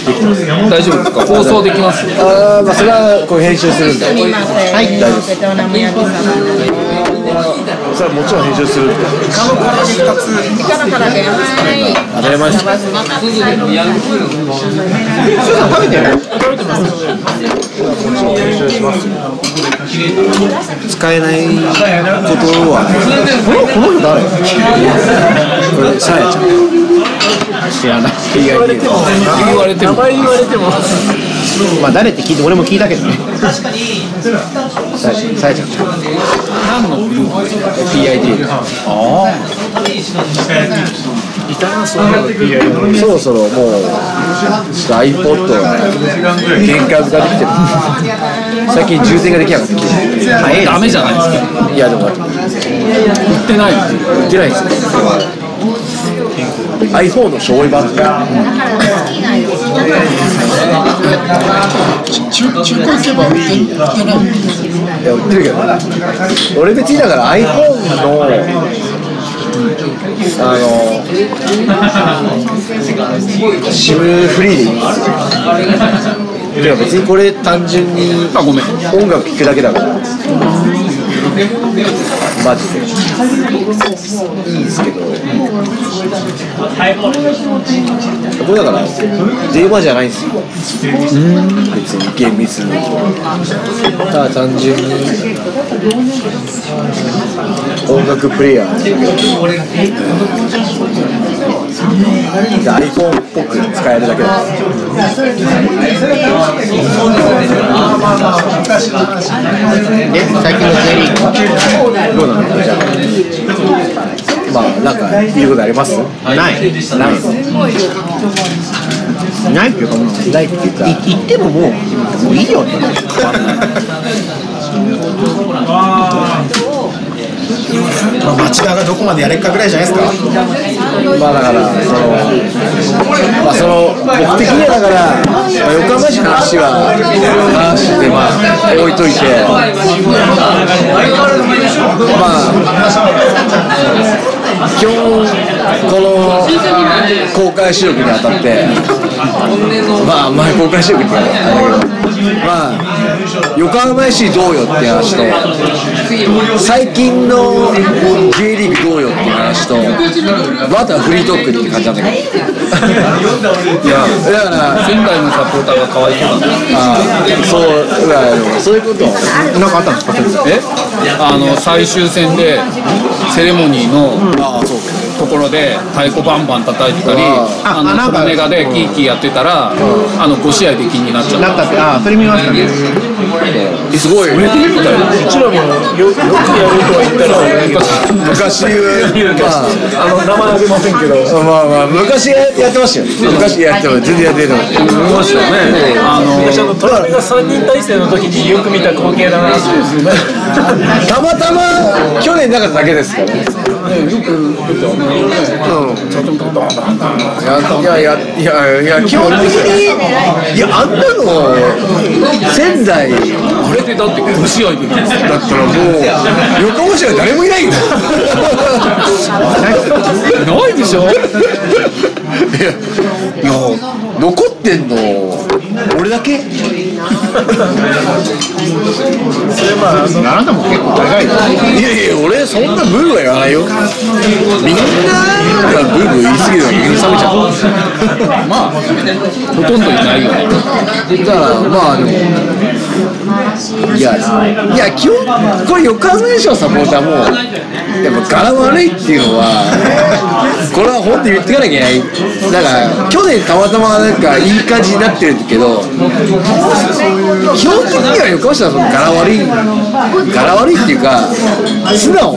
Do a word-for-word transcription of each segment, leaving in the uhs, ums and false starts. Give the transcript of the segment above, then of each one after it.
大丈夫ですか？放送できます？ ああ、まあそれはこう編集するんで。はい、大丈夫です。 ベトナム焼きそば。 それはもちろん編集するんで。 イカの唐揚げふたつ。イカの唐揚げ、はい。 当たり前です。スーさん食べてる？食べてます。もちろん編集します。使えないことはね。このこの人誰？これさやちゃん。知らない。言われても言われても名前言われてもまあ誰って聞いて俺も聞いたけどね。さやちゃん、さやちゃん。 何のグループですか？ ピーアイディー。ああ。 いたな、そんなの ピーアイディー。 そろそろもうちょっと iPod が限界ができてる。最近充電ができなかった。早い。 ダメじゃないですか。 いやでも売ってない。 売ってないですよ。iPhone の醤油版とか。 中古行けば売ってない。 いや売ってるけど。俺別にだから iPhone のあのシムフリーでいいんですよ。でも別にこれ単純にあ、ごめん。 音楽聴くだけだから。マジでいいですけど、これだから電話じゃないんですよ。別に厳密にただ単純に音楽プレイヤーだけど iPhone っぽく使えるだけだ。 で、最近の J リーグどうなのじゃあ、まあなんか言うことあります？ ないないないっていうかもうないっていうか言ってももうもういいよって変わんないまあ、町田がどこまでやれるかぐらいじゃないですか。 まあだからそのまあその僕的にはだから、まあ、横浜市の話は話してまあ置いといて、まあ基本この公開収録にあたってまあ前公開収録って言うのだけど、まあ横浜市どうよって話と最近の J リーグどうよっていう話とあとはフリートークっていう感じなんだけどいやだから仙台のサポーターがかわいそうだな。 あそうだそういうことなんかあったんですか？ えあの最終戦でセレモニーのところで太鼓バンバン叩いてたり、あのトルネガでキーキーやってたら、あのご試合できになっちゃった。 なったって、ああそれ見ましたね。 すごい売れてるみたいな。 うちらもよよくやるとは言ったら昔まああの名前あげませんけど、 まあまあ昔やってましたよ。昔やっても全然やってるの。 見ましたよね。あのトラメがさんにん体制の時によく見た光景だなって。 たまたま去年なかっただけですからね。 よく見たね。 いやいやいやいや基本的にいやあんなの仙台あれでだってご試合できるんですよ。 だったらもう横浜市は誰もいないよ。 ないでしょ。 いやいや残ってんの俺だけ。 それまああなたも結構長い。 いやいや俺そんなブーは言わないよ。みんながブーブー言い過ぎるのに許されちゃう。 まあほとんどいないよね。 だからまあでもいやいや基本これ横浜市のサポーターもやっぱ柄悪いっていうのはこれは本当に言っていかなきゃいけない。だから去年たまたまなんかいい感じになってるけど基本的には横浜市はその柄悪い柄悪いっていうか素直。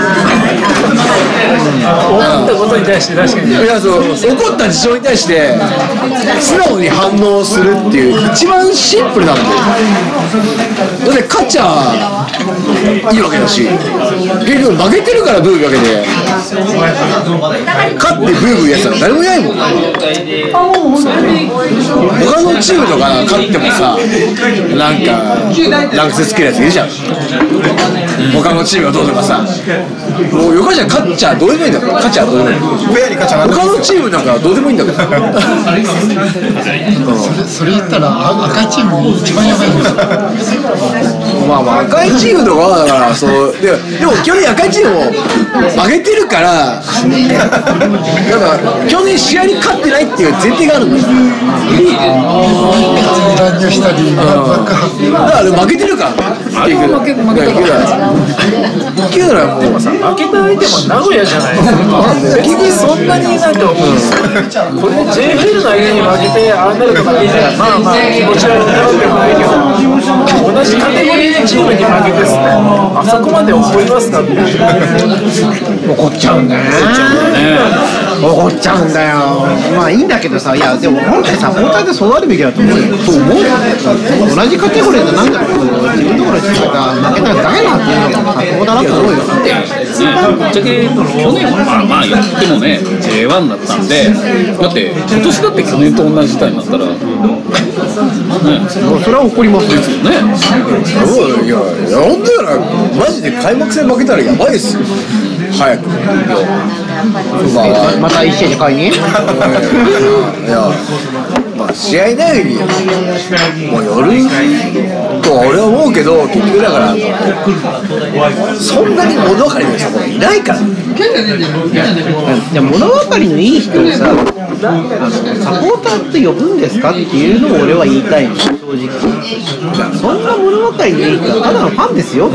思ったことに対して確かに。 いやそう怒った事象に対して素直に反応するっていう一番シンプルなんだよ。だって勝っちゃいいわけだし結局負けてるからブーブーわけで勝ってブーブーやつは誰もいないもん。他のチームとか勝ってもさなんかランクスつけるやついるじゃん。 他のチームがどうとかさ、もうよかじゃ勝っちゃどうでもいいんだから、勝っちゃどうでもいい。 フェアに勝ちゃ他のチームなんかどうでもいいんだから。 それ言ったら赤いチーム一番やばいんですよ。 まあまあ赤いチームとかはだからそうで、でも去年赤いチームを上げてるから、なんか去年試合に勝ってないっていう前提があるんだよ。 乱入したり、 だから負けてるから。 あれは負け負けたから。 キューラはもうさ、 負けた相手も名古屋じゃないですか。別にそんなになんか、これ ジェイエフエル の相手に負けてああなるとかだったらまあまあ気持ちは分からんでもないけど、同じカテゴリーのチームに負けてですね、あそこまで怒りますかって。 怒っちゃうんだよね。怒っちゃうんだよ。 まあいいんだけどさ、いやでも本来サポーターってそうあるべきだと思うよ。そう思うよ。同じカテゴリーでなんだろう、自分のところのチームが負けたら誰だっていうのがサポーターだと思うよ。 ぶっちゃけ去年はまあまあ言ってもね ジェイワン だったんで、だって今年だって去年と同じ事態になったら、ね、 それは怒りますよね。 いやいや本当だからマジで開幕戦負けたらやばいですよ。早く。まあまた一試合で買いに。 いやまあ試合内にもうよるとは俺は思うけど、結局だからそんなに物分かりの人がいないから。 いや物分かりのいい人をさ、あのサポーターって呼ぶんですかっていうのを俺は言いたいの、正直。そんな物分かりのいい人はただのファンですよ。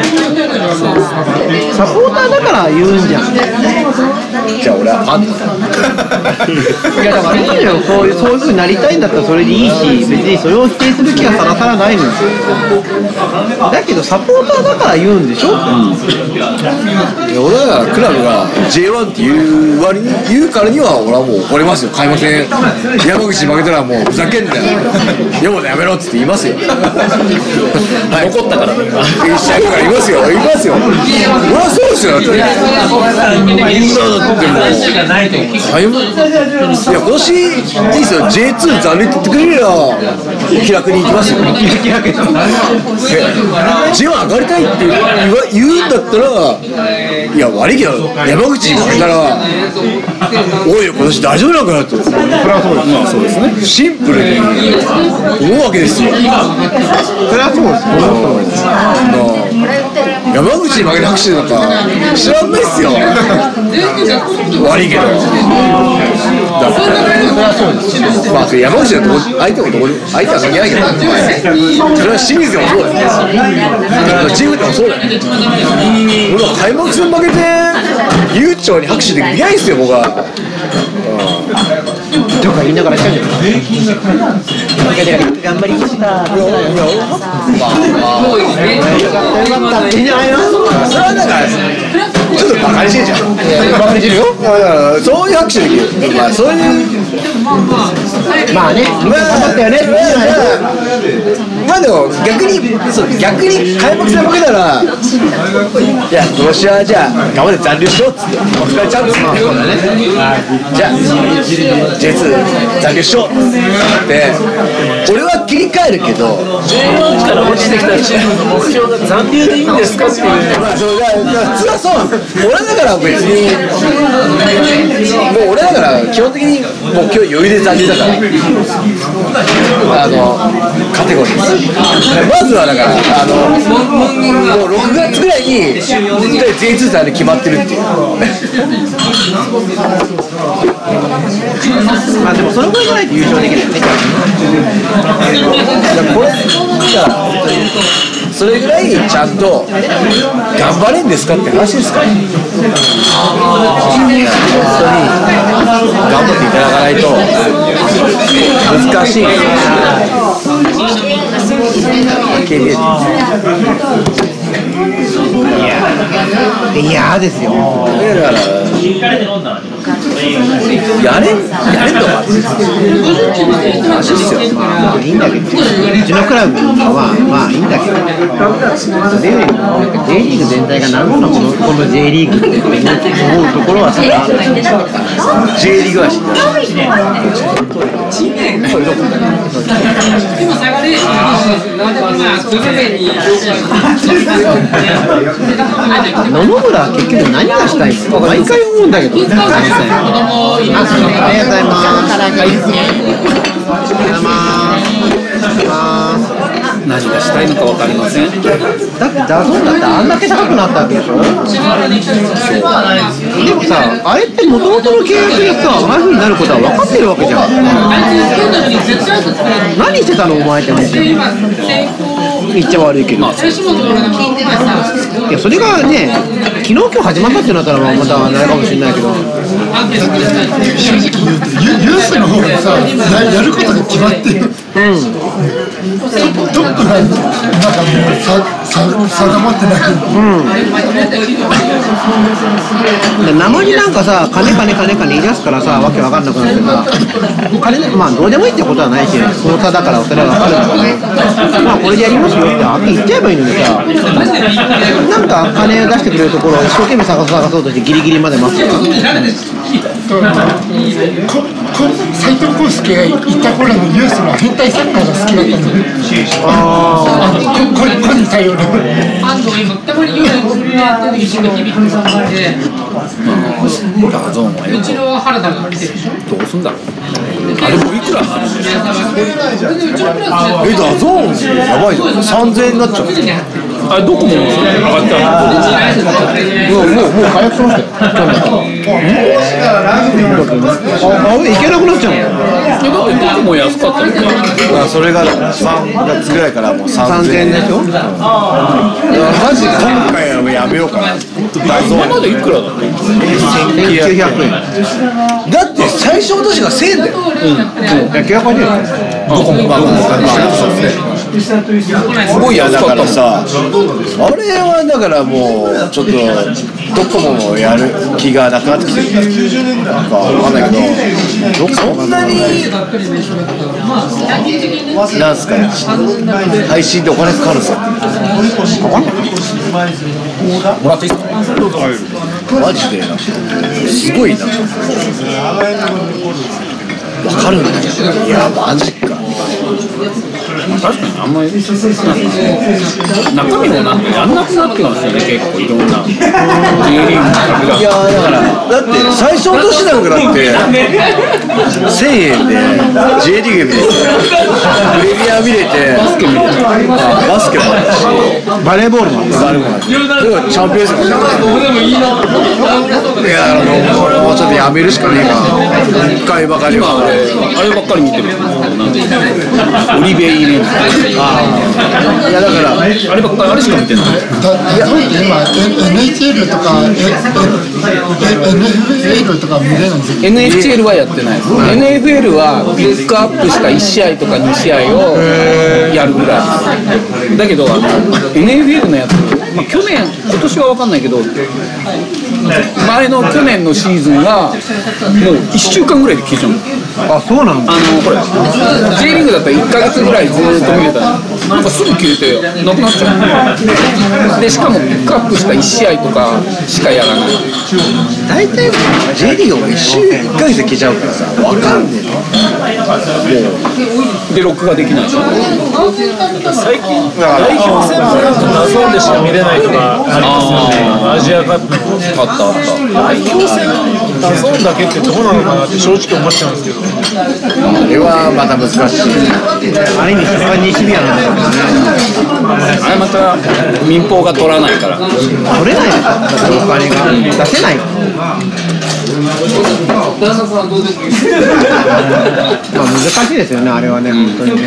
サポーターだから言うんじゃん。 じゃあ俺はファンいやだからいいのよ、そういうそういう風になりたいんだったらそれでいいし、別にそれを否定する気はさらさらないのよ。だけどサポーターだから言うんでしょ。うん、 いや俺はクラブが ジェイワン って言う割に言うからには俺はもう怒りますよ。開幕戦山口負けたらもうふざけんなよ、読むのやめろって言いますよ。はい、怒ったから一試合から言いますよ、言いますよ。俺はそうですよ。だってみんなだってもう開幕いや今年いいですよ。 ジェイツー 残念って言ってくれりゃ気楽に行きますよ。気楽に ジェイワン 上がりたいって言うんだったら、いや悪いけど山口に負けたらおいよ今年大丈夫なのかなって、それはそうです。まあそうですね、シンプルに思うわけですよ。それはそうですよ。山口に負けて拍手なんか知らんないっすよ。悪いけどだからそれはそうです。まあ山口だと相手もどこで相手は関係ないけど、それは清水でもそうだよ、チームでもそうだよ。俺は開幕戦負けて悠長に拍手できないんすよ僕は。 とか言いながらしちゃうんじゃない。頑張りました。いやいや、まあまあ。よかったっていいんじゃないの。 それはだからちょっとバカにしてるじゃん。 バカにしてるよ。 だからそういう拍手できる。まあそういうまあね、頑張ったよね。 まあでも逆にそう逆に開幕戦負けたら、いや今年はじゃあ頑張って残留しようっつってお疲れちゃうんですよ。じゃあ ジェイツー 残留しようって俺は切り替えるけど、 ジェイワン から落ちてきたチームの目標が残留でいいんですかっていう。 まあそうだから普通はそうなんです。俺だから別にもう俺だから基本的に目標余裕で残留だから、あのカテゴリーまずはだからあのもうろくがつぐらいに ジェイツー 残留決まってるっていう。 まあでもそれぐらいじゃないと優勝できないよね。 これじゃあそれぐらいちゃんと頑張れんですかって話ですから。本当に頑張っていただかないと難しい。 いやですよ。 だからやれやれとかマジっすよ。 まあいいんだけど、うちのクラブはまあいいんだけど、それよりも J リーグ全体が何なのこのこの J リーグって思うところは多分ある。 J リーグは知って野々村は結局何がしたいの？毎回思うんだけど。ありがとうございます。ありがとうございます。 何がしたいのか分かりません。 だってダゾーンだってあんだけ高くなったわけでしょ。でもさ、あれって元々の契約でさ、ああいう風になることは分かってるわけじゃん。何してたのお前って話じゃん。言っちゃ悪いけど、まあ、いやそれがね、昨日今日始まったってなったらまたあれかもしれないけど、 正直言うとユースの方がさ や, やることが決まってる。うん。どっからなんかもうささ定まってない。うん。 生になんかさ、金金金金言い出すからさ、わけわかんなくなってさ、金まあどうでもいいってことはないし、その差だからそれはわかるんだけど、まあこれでやりますよってあって言っちゃえばいいのにさ、なんか金出してくれるところを一生懸命探そう探そうとしてギリギリまで待つとか。 斉藤康介がいた頃のユースの変態サッカーが好きだったので、ああ、これこれに頼る。 ダゾーンはよ、どうすんだろう。あれもいくらなんですか。 え、ダゾーンやばいじゃん。さんぜんえんになっちゃう。 あれどこも上がっちゃう。 もうもうもう解約しましたよ。あ、いけなくなっちゃうの。 だってどこも安かったのか。 それがさんがつぐらいからもうさんぜんえんでしょ。マジ今回はやめようかな。 今までいくらだったの。 せんきゅうひゃくえん。 だって最初の年がせんえんだよ。 いや、契約はね、 どこもまあすごいやだからさ、あれはだからもうちょっとドコモもやる気がなくなってきてるなんかわかんないけど、そんなになんすか配信でお金かかるんですか。 もらっていいですか。 マジですごいな。わかるんだよ。いやマジか。 確かにあんまり中身もなんかやんなくなってますよね。結構いろんな J リーグの株が。 いやだからだって最初の年なんかだってせんえんで J リーグ見れてプレミア見れてバスケ見れてバスケもあったしバレーボールもあった。 バレーもあったしチャンピオンズもいやもうちょっとやめるしかねえか。一回ばかりは今あれあればっかり見てる。オリベイレン。 ああいやだからあればっかりあれしか見てない。 だいや今 エヌエイチエル とか エヌエフエル とか見れないんですよ。 エヌエイチエル はやってないです。 エヌエフエル はピックアップしたいち試合とかに試合をやるぐらいだけど、あの エヌエフエル のやつ、まあ、去年今年は分かんないけど前の去年のシーズンはもういっしゅうかんぐらいで消えちゃうの。 あ、そうなんだ。 あのこれ J リーグだったらいっかげつぐらいずっと見れたらなんかすぐ消えてなくなっちゃう。でしかもピックアップしたいち試合とかしかやらない。 大体 J リーグがいっしゅうかげつで消えちゃうからさ分かんねえの。 で録画できないし。 最近代表戦もなんかダゾーンでしか見れないとかありますよね。アジアカップあったあった。 代表戦ダゾーンだけってどうなのかなって正直思っちゃうんですけど。 あれはまた難しい。 ある意味一番にシビアなんだよね。 あれまた民放が取らないから取れないですよ。だってお金が出せない。まあ難しいですよね、あれはね、本当にね。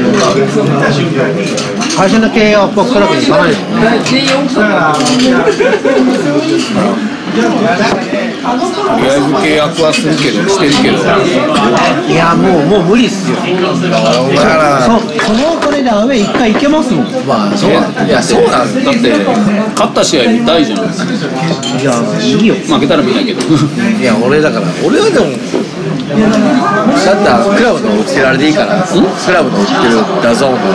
会社の経営はおそらくいかないですよね。 りあえず契約はするけどしてるけど、 いやもうもう無理っすよ。 だからそそのお金でアウェー一回行けますもん。 まあそういやそうなんだ。 だって勝った試合見たいじゃん。 いやいいよ。 負けたら見ないけど。 いや俺だから俺はでもだったらクラブの売ってるあれでいいから、クラブの売ってるダゾーンの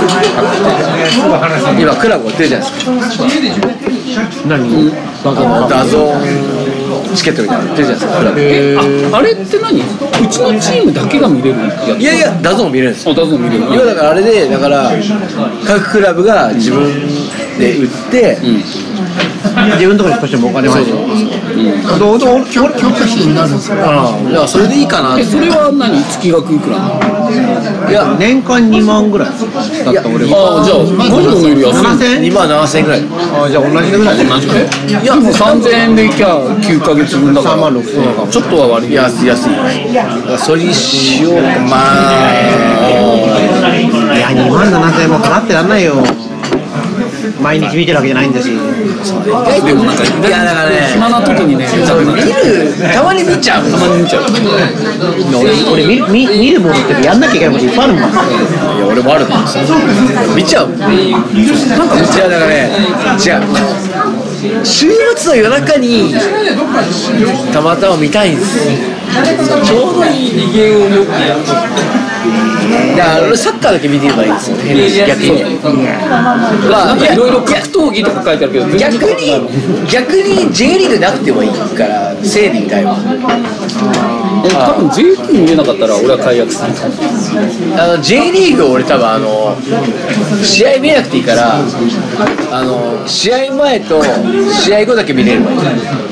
今クラブ売ってるじゃないですか。 何？ ダゾーンチケットみたいなの売ってるじゃないですかクラブ。 あ、あれって何？うちのチームだけが見れるやつ？ いやいやダゾーン見れるんですよ。 あ、ダゾーン見れる。 今だからあれでだから各クラブが自分で売って、うん、 自分のところに少しでもお金入る。 どうどう強強化費になるんですか。 ああ、いやそれでいいかな。 え、それは何？月額いくらなの？ いや年間にまんぐらいだった俺は。 あ、じゃあゴルフのより安い。 ななせん？ にまんななせんぐらい。 あ、じゃあ同じぐらい。 同じで？いや、もうさんぜんえんでいきゃきゅうかげつぶんだから。 さんまんろくせんえんか。 ちょっとは割り安い安い。それにしようか。まあいやにまんななせんえんも払ってらんないよ。毎日見てるわけじゃないんだし。 でもなんかいやだからね暇な時にね、見たくなる。 見るたまに見ちゃう。 たまに見ちゃう。 俺見見見るものってやんなきゃいけないこといっぱいあるもん。 いや俺もあるんだよ。見ちゃう。なんか違うだからね違う。週末の夜中にたまたま見たいんですよ。ちょうどいい利権を持ってやる。いや俺サッカーだけ見てればいいんですよね。逆に。 まあなんかいろいろ格闘技とか書いてあるけど、 逆に逆に J リーグなくてもいいから整理みたいわ。 多分 J リーグ見れなかったら俺は解約する。 あの J リーグ俺多分あの試合見なくていいからあの試合前と試合後だけ見れればいい。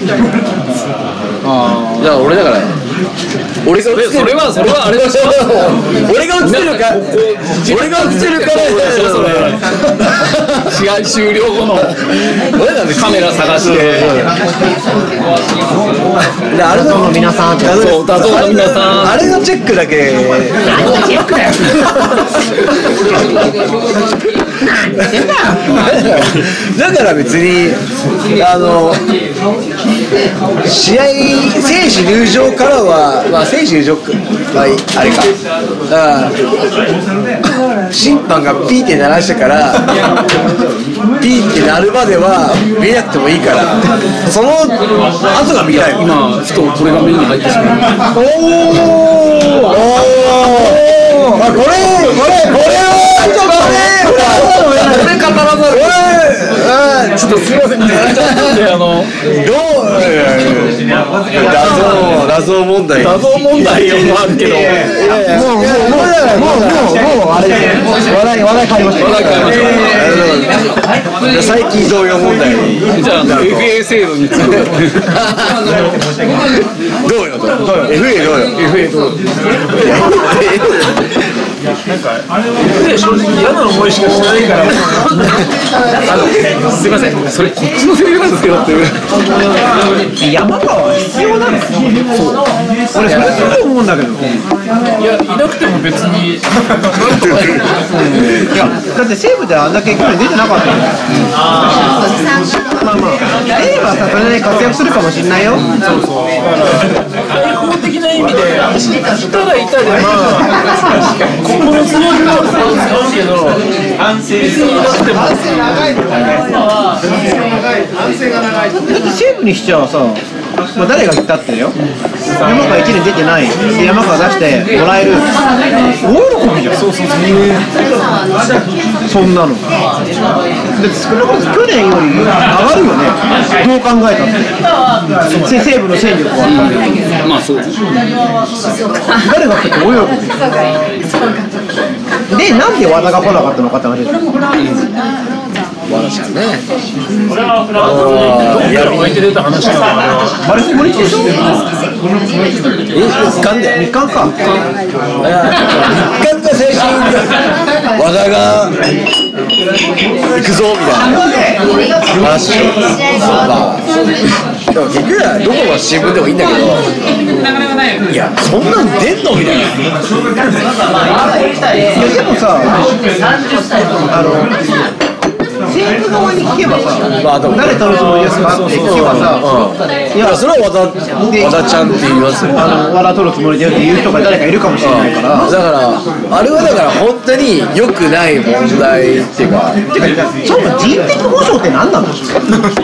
ああ。だから俺だから俺が映ってる。 それはそれはあれでしょ。 俺が映ってるか俺が映ってるから試合終了後のカメラ探して。 あれの皆さん、 そうダゾーンの皆さん。 あれのチェックだけ。 何がチェックだよ。 だから別にあの試合選手入場からはまあ選手入場はあれかあ審判がピーって鳴らしてからピーって鳴るまでは見なくてもいいからその後が見たい。 今ふとこれが目に入ってしまう。 おーおーあこれこれこれはちょっとねこれ語らざる。ちょっとすみません。あの謎謎問題謎問題もあるけど。 もうもうもうもうもうもうあれですよ。話題話題変わりました。 話題変わりました。 最近同様問題。 じゃあ エフエー 制度について。 どうよと。エフエー どうよ。エフエー どうよ。 なんか正直嫌な思いしかしないから。 あのすいません。それこっちのセリフなんですけどっていう。 山川は必要なんですよ。俺それすごい思うんだけど。 いやいなくても別に。 いやだって西武であんだけ去年出てなかったの。まあまあ例えばさそれで活躍するかもしれないよ。そうそう。 開放的な意味でいたらいたでまあ。心強いのは強いけど安静になってもだって西武にしちゃさ、まあ、誰が来たってよ山川いちねん出てないで山川出してもらえる大喜びじゃん。そうそうそうそんなのだって少なくとも去年より上がるよねどう考えたって西武の戦力はまあそう。 誰が来て大喜びで、なんで和田が来なかったのかって話です。 和田さんね。 僕らが置いて出た話はバレスモリでしょ。 え、日韓で日韓か。 日韓が最新和田が行くぞみたいな話をまあでも結局はどこの新聞でもいいんだけどいやそんなん出んのみたいな。 いやでもさあの西ャンク側に聞けばさ、 まあでも誰取るつもりですかって聞けばさ、 いやそれは和田和田ちゃんって言いますよ。 あの和田取るつもりでって言う人が誰かいるかもしれないから。 だからあれはだから本当に良くない問題っていうか、 てかその人的保障って何なんですか？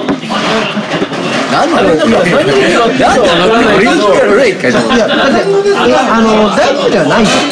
なんだろう。なんだろう。俺に聞かれないかじゃん。 いやだってえあの大丈夫ではないじゃん。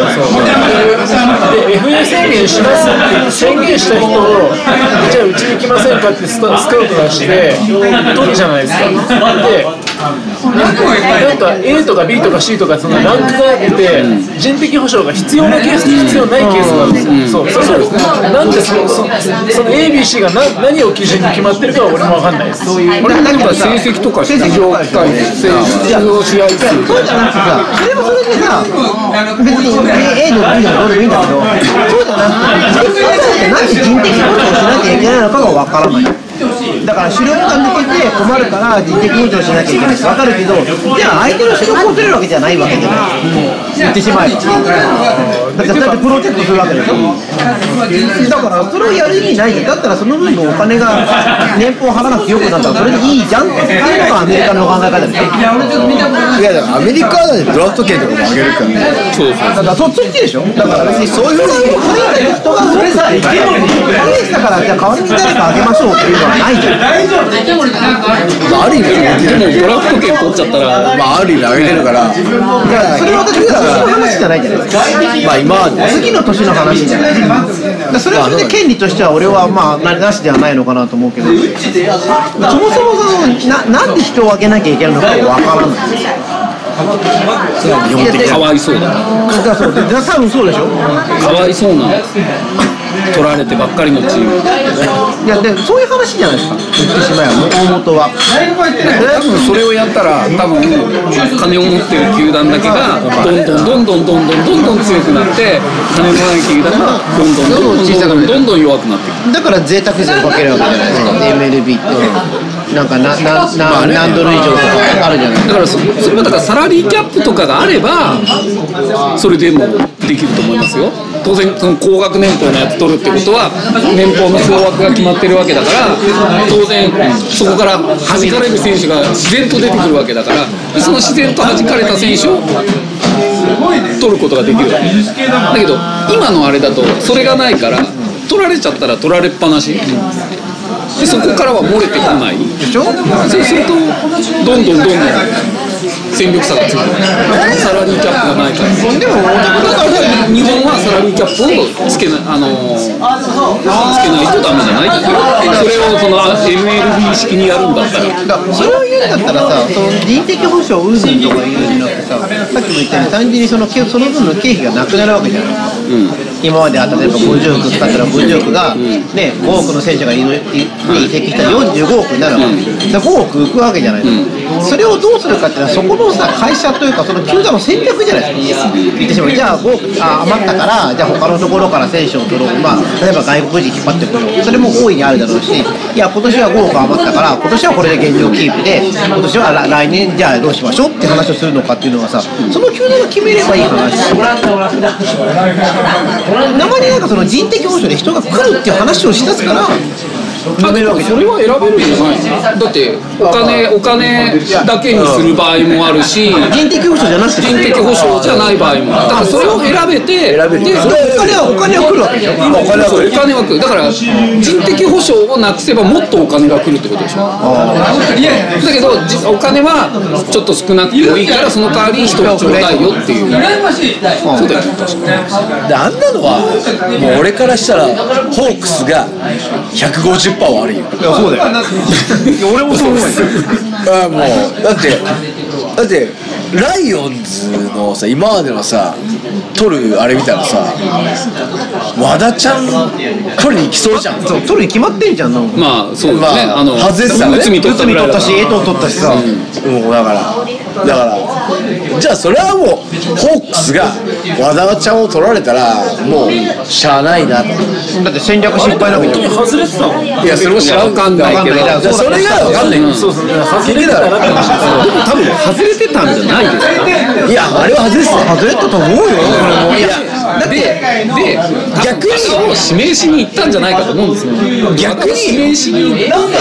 で エフエー 宣言しますって宣言した人をじゃあうちに来ませんかってスカウト出して取るじゃないですか。でなんか A とか B とか C とかそのランクがあって人的保障が必要なケースと必要ないケースがあるんですよ。そうそうですね。なんでそのそその A、B、C が何何を基準に決まってるかは俺も分かんないです。 俺だけど成績とか出場機会出場試合数そうじゃなくてさ、それもそれでさ、別に A でも B でもどうでもいいんだけど、そうじゃなくて、なんで人的保障をしなきゃいけないのかが分からない。だから主力が抜けて困るから人的保障しなきゃいけないって分かるけど、じゃあ相手の主力を取れるわけじゃないわけじゃない。言ってしまえば。だってだってプロテクトするわけでしょ。だからそれをやる意味ないじゃん。だったらその分のお金が年俸払わなくてよくなったらそれでいいじゃんっていうのがアメリカの考え方でしょ。 いやだからアメリカはドラフト権とかも上げるからね。 そうそうだからそっちでしょ。だから別にそういうふうに人がそれさえしたからじゃあ代わりに誰かあげましょうっていうのはないじゃん。 まあある意味でもドラフト権取っちゃったらまあある意味上げてるから。 それはだってその話じゃないじゃないですか。 まあ今はね。 次の年の話じゃないですか。それはそれで権利としては俺はまあなしではないのかなと思うけど、そもそもそのななんで人をあげなきゃいけないのかわからない。 日本的かわいそうだだそうで多分そうでしょ。 かわいそうな取られてばっかりのチーム。 いやでそういう話じゃないですか。言ってしまえば大元は。 多分それをやったら多分金を持ってる球団だけがどんどんどんどんどんどんどんどん強くなって金のない球団がどんどんどんどんどんどんどんどん弱くなっていく。 だから贅沢税をかけるわけじゃないですか。エムエルビー ってなんかななな何ドル以上とかあるじゃないですか。 だからそそれはだからサラリーキャップとかがあればそれでもできると思いますよ。当然その高額年俸のやつ取るってことは年俸の総額が決まってるわけだから当然そこから弾かれる選手が自然と出てくるわけだからその自然と弾かれた選手を取ることができるわけだけど今のあれだとそれがないから取られちゃったら取られっぱなしでそこからは漏れてこないでしょ。そうするとどんどんどんどん戦力差がつくサラリーキャップがないからでもだから日本はサラリーキャップをつけないあのつけないとダメじゃないっていうそれをその エムエルビー 式にやるんだったらそれを言うんだったらさその人的保障云々とか言うんじゃなくてささっきも言ったように単純にそのその分の経費がなくなるわけじゃないですか、うん、今までは例えばごじゅうおく使ったらごじゅうおくが、ね、ごおくの選手が移籍したらよんじゅうごおくになるわけ、うん、でごおく浮くわけじゃないですか、うん、それをどうするかっていうのはそこのさ会社というかその球団の戦略じゃないですか。言ってしまうじゃあごおくあ余ったからじゃあ他のところから選手を取ろう、まあ、例えば外国人引っ張ってくるそれも大いにあるだろうしいや今年はごおく余ったから今年はこれで現状キープで今年は来年じゃあどうしましょうって話をするのかっていうのはさその球団が決めればいい話生になんかその人的保障で人が来るっていう話をしだすからあでもそれは選べるんじゃないだってお金お金だけにする場合もあるし人的保障じゃなくて人的保障じゃない場合もだからそれを選べて選べてそれお金はお金は来るわけでしょ今お金は来るお金は来るだから人的保障をなくせばもっとお金が来るってことでしょだけどお金はちょっと少なくてもいいからその代わり人をちょうだいよっていうそうだよ確かにであんなのはもう俺からしたらホークスがひゃくごじゅっパーセント悪いよ。 いやそうだよ俺もそう思うよあもうだってだってライオンズのさ今までのさ取るあれ見たらさ和田ちゃん取りに行きそうじゃん。 そう取るに決まってんじゃんのまあそうですね、まあ、あの外れてたね内海取ったぐらいだから内海取ったし江藤取ったしさ、 うん、もうだからだからじゃあそれはもうホークスが和田ちゃんを取られたらもうしゃあないなと。 だって戦略失敗なわけじゃん。 外れてたの？ いやそれも知らんかんないけど、それが分かんない。 そうそう、外れてたなって話ですよ。 でも多分外れてたんじゃないですか。 いやあれは外れてた外れたと思うよ。 いやで、で、逆にを指名しに行ったんじゃないかと思うんですよ。逆に指名しに行って、で、多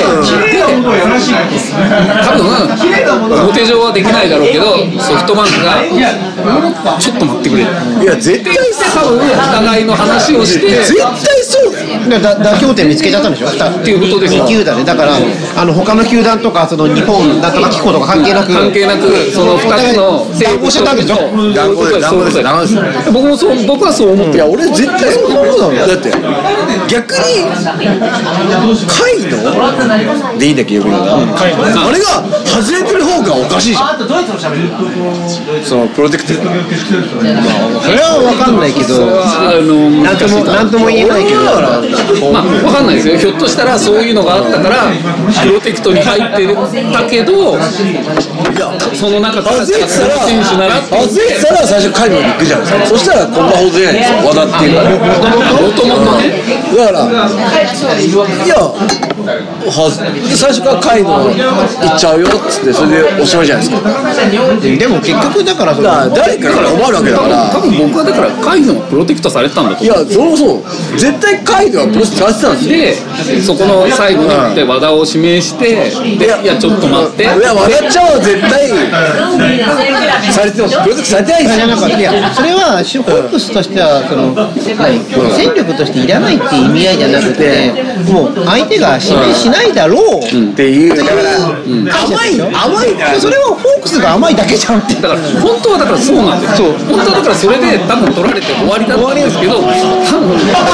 分表上はできないだろうけど、ソフトバンクがちょっと待ってくれ。 いや絶対多分お互いの話をして、 絶対そうだよ。 だ妥協点見つけちゃったんでしょ。 っていうことですよ。 に球団でだからあの他の球団とかその日本なんとか機構とか関係なく関係なくそのふたつの談合しちゃったわけでしょ。 団子で団子です団子です。 僕もそう僕はそう思って。 いや俺絶対そう思うだろ。だって逆に貝のでいいんだっけ呼び方。あれが外れてる方がおかしいじゃん。そのプロテクト。 それは分かんないけど、 あのなんともなんとも言えないけど、 まあ分かんないですよ。ひょっとしたらそういうのがあったからプロテクトに入ってたけど、その中から外れてたら選手なら外れてたら最初貝のに行くじゃないですか。そしたらこんなほどじゃないですか。和田っていうのはもともとね。 だからいやは最初から貝の行っちゃうよっつってそれでおしまいじゃないですか。 でも結局だからそだから誰かが困るわけだから多分僕はだからカイドもプロテクトされてたんだと思う。 いやそもそも絶対貝ではプロテクトされてたんですよ。 でそこの最後にで和田を指名してでいやちょっと待っていや和田ちゃんは絶対されてます。プロテクトされてないんですよ。 なんかいやそれはホークスとしてはその戦力としていらないっていう意味合いじゃなくて、もう相手が指名しないだろうっていうだから甘い甘いな。 それはホークスが甘いだけじゃんって。 だから本当はだからそうなんですよ。本当はだからそれで多分取られて終わりだったんですけど、多分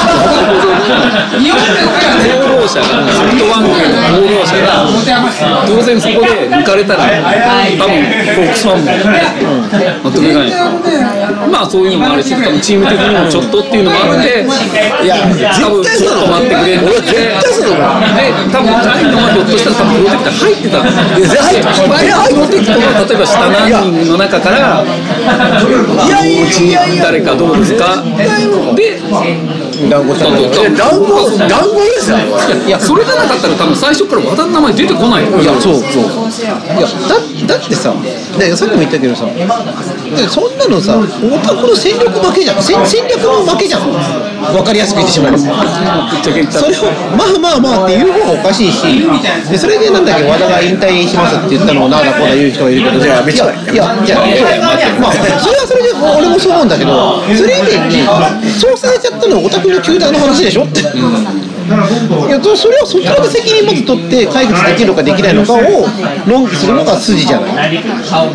功労者がソフトバンクの功労者が当然そこで抜かれたら多分ホークスファンも納得いかないですよ。まあそういうのもあるし、多分チーム的にもちょっとっていうのもあって、いや多分ちょっと待ってくれって言って、で多分カイドはひょっとしたら多分プロテクター入ってたんですよ。入ってた。プロテクトが例えば下何人の中からいやいやいや誰かどうですかで団子したの。 団子団子ですよ。 いやそれじゃなかったら多分最初から和田の名前出てこない。いやそうそういやだだってさでさっきも言ったけどさでそんなのさオタクの戦力負けじゃん。戦戦略の負けじゃん。分かりやすく言ってしまえばそれをまあまあまあって言う方がおかしいし、でそれでなんだっけ和田が引退しますって言ったのをなんだこうだ言う人がいるけど、いやいやいやじゃあまあそれはそれで俺もそう思うんだけど、それ以前にそうされちゃったのはオタクの球団の話でしょって。いやそれはそちらで責任まず取って解決できるのかできないのかを論議するのが筋じゃない。ね、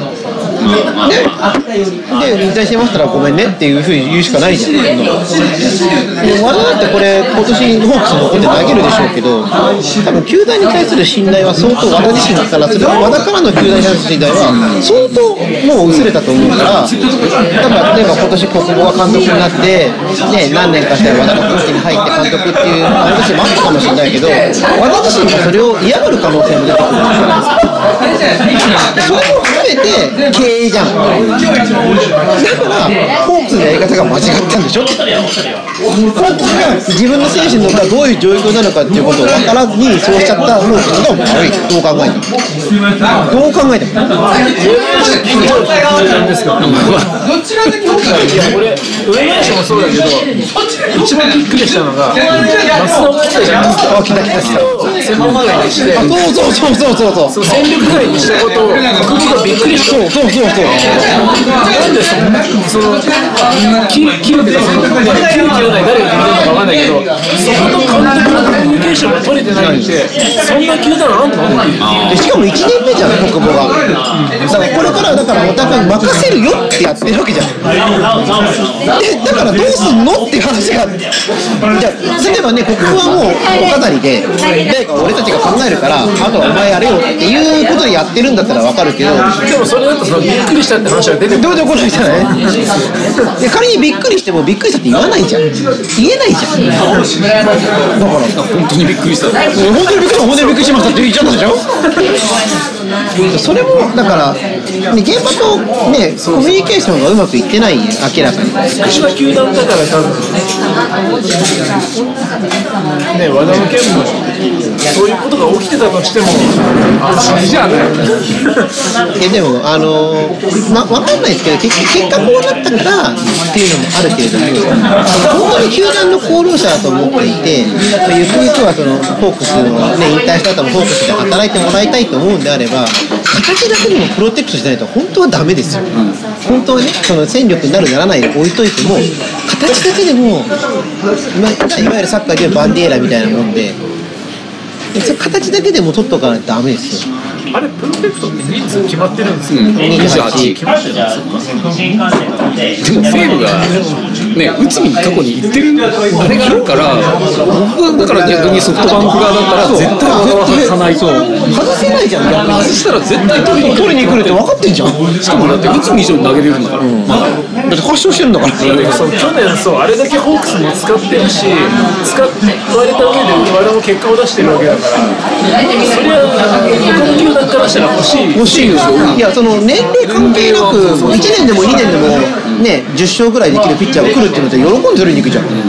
で引退してましたらごめんねっていうふうに言うしかないじゃん。和田だってこれ今年ホークスの方で投げるでしょうけど、多分球団に対する信頼は相当和田自身からすると和田からの球団に対する信頼は相当もう薄れたと思うから、だから例えば今年国母が監督になって、ね、何年かして和田がコーチに入って監督っていう話もあったかもしれないけど、和田自身がそれを嫌がる可能性も出てくるじゃないですか。それも含めて経営じゃん。だからホークスのやり方が間違ったんでしょ。ホークスが自分の選手のがどういう状況なのかっていうことを分からずにそうしちゃったホークスが悪い。どう考えてもどう考えてもなんですか。どちらで今日いや俺上林もそうだけど一番びっくりしたのが松田を来たじゃないですか。 あ来た来た来た。 専門外にしてそうそうそうそうそうそう。 戦力外にしたことを国がびっくりした。 そうそうそうそう。 なんでそのその切る切るけどその切る切らない誰が決めてるのか分かんないけど、そこと監督のコミュニケーションが取れてないってそんな球団あんの？ でしかもいちねんめじゃん国母が。だからこれからだからお互い任せるよってやってるわけじゃん。でだからどうすんのっていう話が、じゃあ例えばね国母はもうお飾りで誰か俺たちが考えるからあとはお前やれよっていうことでやってるんだったら分かるけど、 でもそれだとそのびっくりしたって話が出てくる。 どうでもこないじゃない。で仮にびっくりしてもびっくりしたって言わないじゃん。言えないじゃん。だから本当にびっくりした。 本当にびっくりした本当にびっくりしましたって言っちゃったでしょ。それもだだから、ね、現場と、ね、コミュニケーションがうまくいってないよ、明らかに。 福島球団だから多分ね、和田の件もそういうことが起きてたとしても安心じゃないいやでもあのー、ま、分かんないですけど結結果こうなったからっていうのもあるけれども、本当に球団の功労者だと思っていて、ゆくゆくはそのホークスの、ね、引退した後もホークスで働いてもらいたいと思うんであれば、形だけでもプロテクトしないと本当はダメですよ。本当はね、その戦力になるならないで置いといても、形だけでも、ま、いわゆるサッカーでいうバンディエラみたいなもんで、その形だけでも取っとかないとダメですよ。 あれプロテクトって人数決まってるんですか、うん、 にじゅうはち決まってるんですよ。でも西武がね、内海に過去に行ってるあれがあるから、僕はだから逆にソフトバンク側だったら絶対外さないと外せないじゃん。逆に外したら絶対取りに取りに来るって分かってんじゃん。 しかもだって内海以上に投げれるんだから、うん、まだだって発症してるんだから。 そう去年そうあれだけホークスも使ってるし、使われた上で我々も結果を出してるわけだから、それは他の球団からしたら欲しい欲しいですよ。いやその年齢関係なくいちねんでもにねんでもねじゅっしょうぐらいできるピッチャーが来るっていうので喜んで取りに行くじゃん。うん、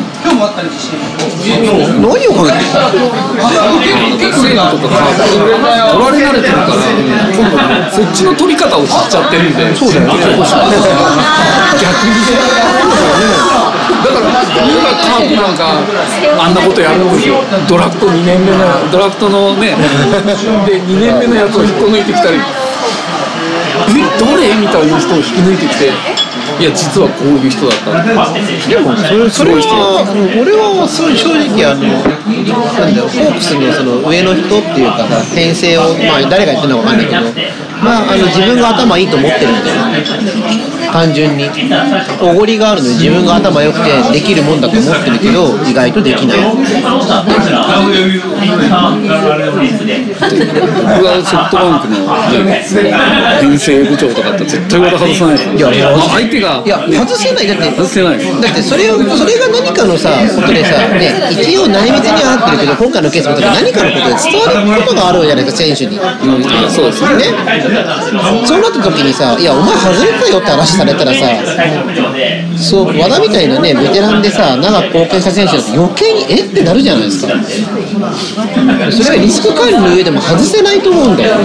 何をかけてる？ 西武とか取られ慣れてるから今度そっちの取り方を知っちゃってるんで。 そうだよ。逆にだから今カープなんかあんなことやるんですよ。ドラフトにねんめのドラフトのねでにねんめのやつを引っこ抜いてきたり、えどれみたいな人を引き抜いてきて、いや実はこういう人だったんだ。 でもそれそれは俺はそう正直あのなんだろうホークスのその上の人っていうかさ編成をまあ誰が言ってるのか分かんないけど、まああの自分が頭いいと思ってるんだよ。単純におごりがあるのに自分が頭良くてできるもんだと思ってるけど意外とできない。 僕はソフトバンクの編成部長とかって絶対また外さない。いや、まあ、相手がいや外せないだって外せない。 だってそれをそれが何かのさことでさね一応内密にはなってるけど今回のケースも何かのことで伝わることがあるじゃないですか選手に。 うん、あそうですね。 そうなった時にさいやお前外れたよって話されたらさ、そう和田みたいなねベテランでさ長く貢献した選手だと余計にえってなるじゃないですか。それはリスク管理の上でも外せないと思うんだよ。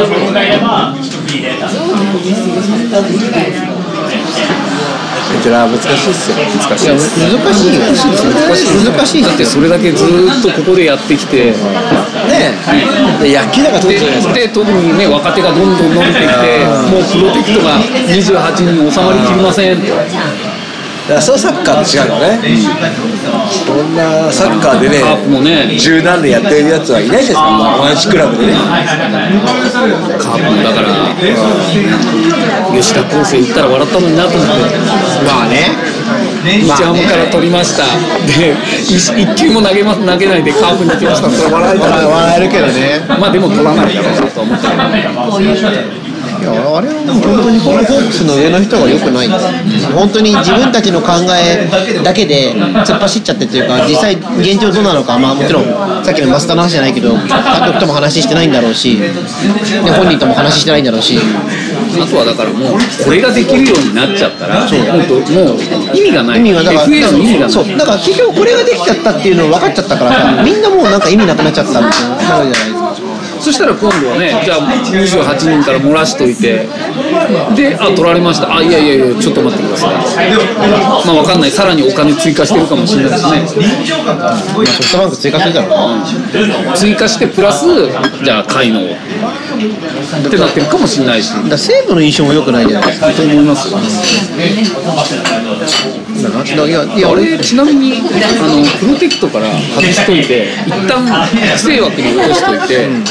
ベテランは難しいっすよ。 難しいです。 難しいよ。難しい難しい。 だってそれだけずっとここでやってきて、 ねえ、野球だからでで特にね若手がどんどん伸びてきて、もうプロテクトがにじゅうはちにん収まりきりません。 だからそのサッカーと違うのね。そんなサッカーでね、 カープもね十何年やってるやつはいないじゃないですか。同じクラブでね。 カープもだから、うん、吉田康生行ったら笑ったのになと思って。 まあね。 日ハムから取りました。で一球も投げま投げないでカープに行きました。それ笑えたら笑えるけどね。 まあでも取らないだろうなと思ったけど。 いやあれは本当にホークスの上の人が良くない。本当に自分たちの考えだけで突っ走っちゃってというか実際現状どうなのか、まあもちろんさっきのマスターの話じゃないけど監督とも話してないんだろうし、で本人とも話してないんだろうし、 あとはだからもうこれができるようになっちゃったらもう意味がない。 意味がだからエフエー の意味がない。 そうだから結局これができちゃったっていうの分かっちゃったからさ、みんなもうなんか意味なくなっちゃったみたいなじゃないですか。 そしたら今度はね、じゃあにじゅうはちにんから漏らしといて、で、あ、取られました、あ、いやいやいや、ちょっと待ってください、まあ分かんない、さらにお金追加してるかもしれないですね。 まあ、ソフトバンク追加するだろうな、 うん、追加してプラス、じゃあ、買いのってなってるかもしれないし、 だ西武の印象も良くないじゃないですか。 と思いますよ。いやいや俺ちなみにあのプロテクトから外しといて一旦規制枠に落としといて、うん、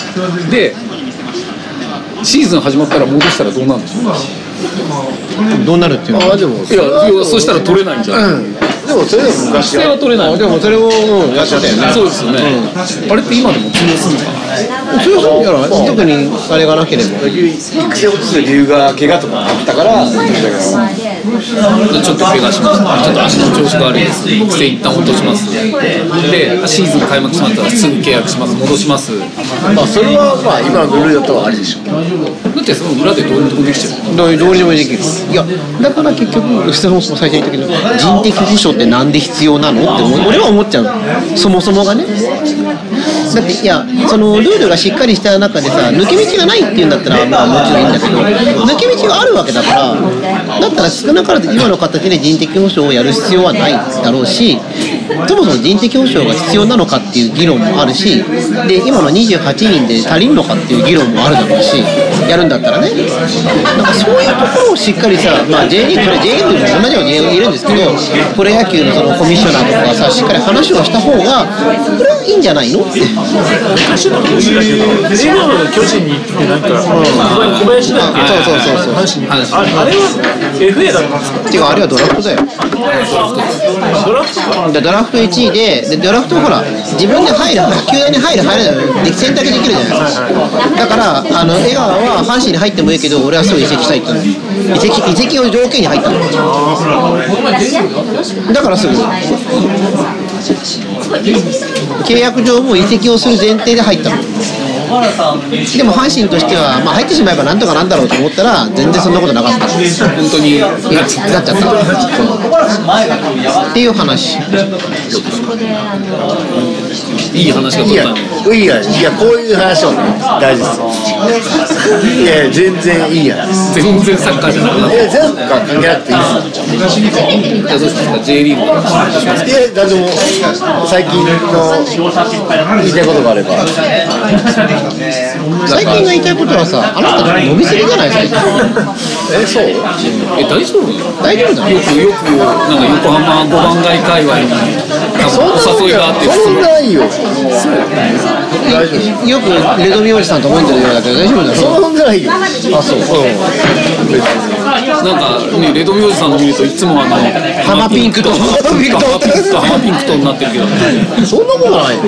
でシーズン始まったら戻したらどうなるんでしょう。 どうなるっていうのは。 あでもいやいやそしたら取れないんじゃない、うん、 でもそれでも昔は取れない。 でもそれを、うん、やっちゃったよね。 そうですよね、うん、あれって今でも通用するのかな。 通用するんじゃない。特にあれがなければ。 育成落ちる理由が怪我とかあったからだけどちょっと怪我します、ちょっと足の調子が悪いです、育成一旦落とします、でシーズン開幕しまったらすぐ契約します、戻します。 まあそれはまあ今のルールだとはありでしょう。 グってその裏でどうにでもできちゃう。 どうどうにでもできる。いやだから結局そもそも最初に言ったけど人的保障ってなんで必要なのって俺は思っちゃう。そもそもがね。だっていやそのルールがしっかりした中でさ抜け道がないっていうんだったらまあもちろんいいんだけど抜け道があるわけだからだったら少なからず今の形で人的保障をやる必要はないだろうしそもそも人的保障が必要なのかっていう議論もあるしで今のにじゅうはちにんで足りんのかっていう議論もあるだろうしやるんだったらねなんかそういうところをしっかりさ、まあ、J リーグこれ J リーグでも同じように言えるんですけどプロ野球のそのコミッショナーとかがさしっかり話をした方がこれはいいんじゃないのって昔の話だけど笑顔の巨人に行ってなんか小林だっけそうそうそうそう阪神にああれは エフエー だったんですか。 違うあれはドラフトだよドラフトかでドラフトいちいで、でドラフトほら自分で入る球団に入る入らないで選択できるじゃないですか。だからあの江川は阪神に入ってもいいけど俺はすぐ移籍したいって言うの。移籍移籍を条件に入ったの。だからすぐ契約上も移籍をする前提で入ったの。でも阪神としては、まあ、入ってしまえばなんとかなんだろうと思ったら全然そんなことなかった。 本当になっちゃったっていう話。 いい話が取ったね。 いいやいやこういう話はね大事ですいや全然いいや全然サッカーじゃなくなっいや全部関係なくていいですた。どうですか J リーグの話しますか。 いやだっても最近の言いたいことがあれば最近の言いたいことはさあなた伸びすぎじゃない最近。 えそうえ大丈夫？ 大丈夫だよ。 よくよくなんか横浜五番街界隈にお誘いがあってそんないよ大丈夫。よくレドミおじさんと思ってるようだけど大丈夫だよ。 そんないよあそう。 なんかねレドミおじさんの見るといつもあのハマピンクとハマピンクとハマピンクとハマピンクとになってるけどね。 そんなことないよ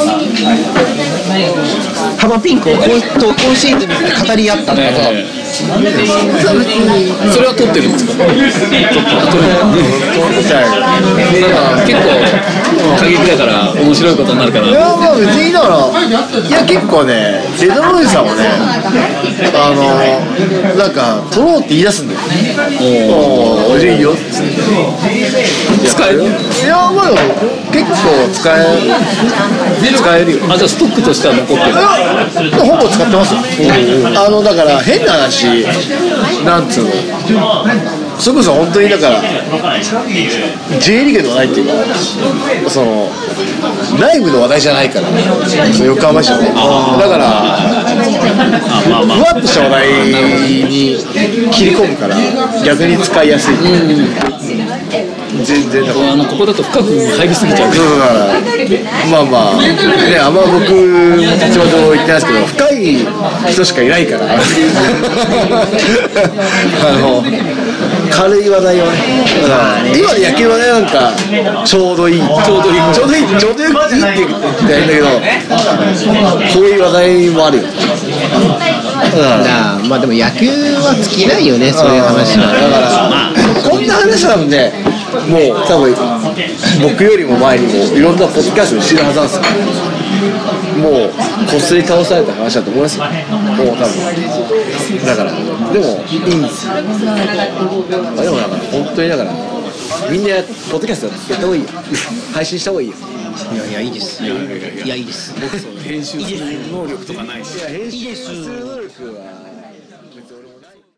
ハマピンクを今今シーズンで語り合ったってことだ。 ねそれは撮ってるんですか。撮ってる。なんか結構過激だから面白いことになるから。 いやまあ別にだからいや結構ねレドロイさんはねあのなんか撮ろうって言い出すんだよおおじゃあいいよっつって使える。 いやまあ結構使え使えるよあじゃあストックとしては残ってる。 ほぼ使ってますよあのだから変な話なんつうのそれこそ本当にだから J リーグではないっていうかその内部の話題じゃないからその横浜市はねだからふわっとした話題に切り込むから逆に使いやすい、全然だからあのここだと深く入りすぎちゃう。 まあまあねあんま僕も立場上言ってないですけど深い人しかいないからあの軽い話題をね今の野球はねなんかちょうどいいちょうどいいちょうどいいちょうどよくいいって言ってないんだけどこういう話題もあるよまあでも野球は尽きないよねそういう話は。 だからこんな話なんでもう多分僕よりも前にもいろんなポッドキャストを知るはずなんですよ。もうこっそり倒された話だと思いますよ。もう多分だからでもいいんですよ。でもだから本当にだからみんなポッドキャストやった方がいいよ配信した方がいいよ。 いやいやいいです。いやいやいやいいです。 編集する能力とかないし。 いや編集する能力は